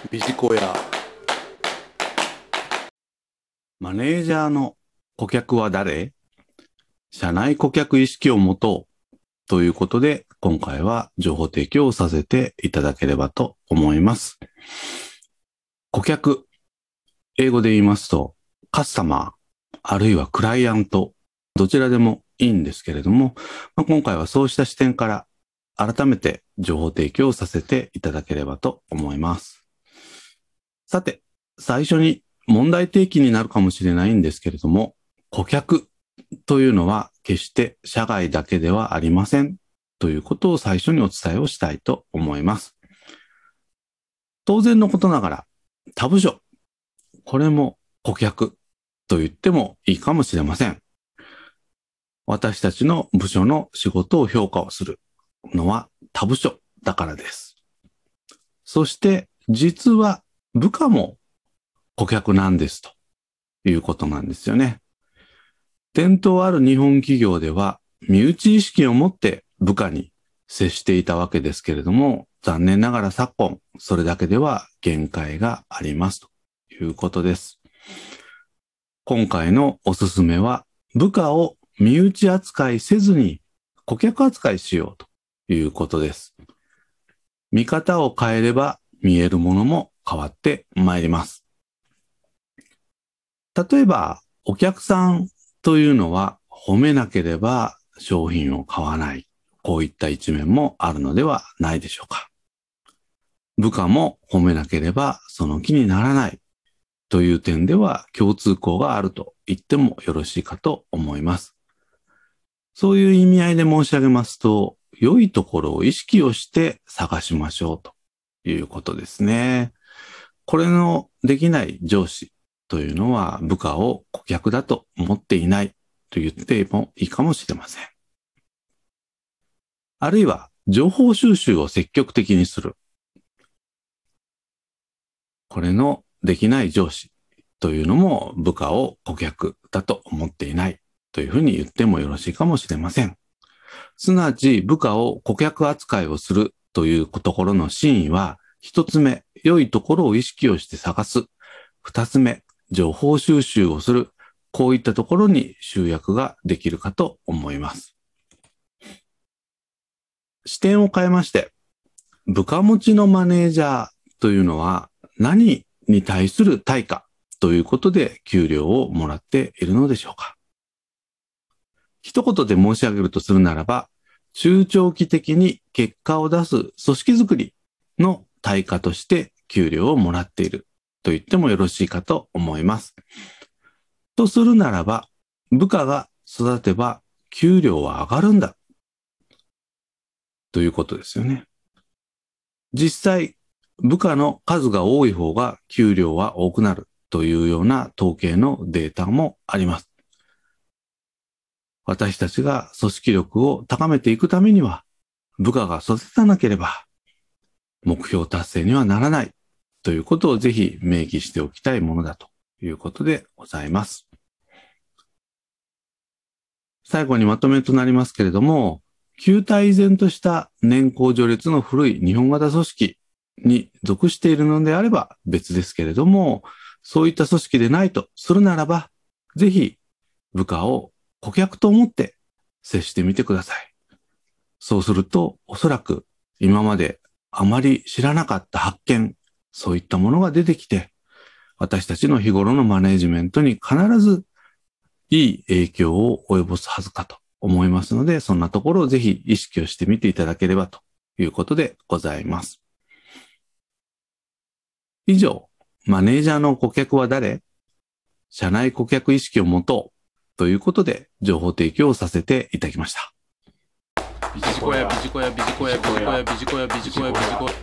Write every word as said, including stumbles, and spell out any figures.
ビジコヤ。 マネージャーの顧客は誰？社内顧客意識を持とうということで、今回は情報提供をさせていただければと思います。顧客、英語で言いますと、カスタマー、あるいはクライアント、どちらでもいいんですけれども、まあ、今回はそうした視点から改めて情報提供をさせていただければと思います。さて、最初に問題提起になるかもしれないんですけれども、顧客というのは決して社外だけではありませんということを最初にお伝えをしたいと思います。当然のことながら、他部署、これも顧客と言ってもいいかもしれません。私たちの部署の仕事を評価をするのは他部署だからです。そして実は部下も顧客なんですということなんですよね。伝統ある日本企業では身内意識を持って部下に接していたわけですけれども、残念ながら昨今それだけでは限界がありますということです。今回のおすすめは部下を身内扱いせずに顧客扱いしようということです。見方を変えれば見えるものも変わってまいります。例えばお客さんというのは褒めなければ商品を買わない。こういった一面もあるのではないでしょうか。部下も褒めなければその気にならないという点では共通項があると言ってもよろしいかと思います。そういう意味合いで申し上げますと、良いところを意識をして探しましょうということですね。これのできない上司というのは部下を顧客だと思っていないと言ってもいいかもしれません。あるいは情報収集を積極的にする。これのできない上司というのも部下を顧客だと思っていないというふうに言ってもよろしいかもしれません。すなわち部下を顧客扱いをするというところの真意は、一つ目、良いところを意識をして探す。二つ目、情報収集をする。こういったところに集約ができるかと思います。視点を変えまして、部下持ちのマネージャーというのは何に対する対価ということで給料をもらっているのでしょうか。一言で申し上げるとするならば、中長期的に結果を出す組織づくりの対価として給料をもらっていると言ってもよろしいかと思います。とするならば、部下が育てば給料は上がるんだということですよね。実際、部下の数が多い方が給料は多くなるというような統計のデータもあります。私たちが組織力を高めていくためには、部下が育たなければ目標達成にはならないということをぜひ明記しておきたいものだということでございます。最後にまとめとなりますけれども、旧体依然とした年功序列の古い日本型組織に属しているのであれば別ですけれども、そういった組織でないとするならば、ぜひ部下を顧客と思って接してみてください。そうすると、おそらく今まであまり知らなかった発見、そういったものが出てきて、私たちの日頃のマネージメントに必ずいい影響を及ぼすはずかと思いますので、そんなところをぜひ意識をしてみていただければということでございます。以上、マネージャーの顧客は誰？社内顧客意識を持とうということで情報提供をさせていただきました。 ビジコヤ、ビジコヤ、ビジコヤ、ビジコヤ、ビジコヤ、ビジコヤ、ビジコヤ。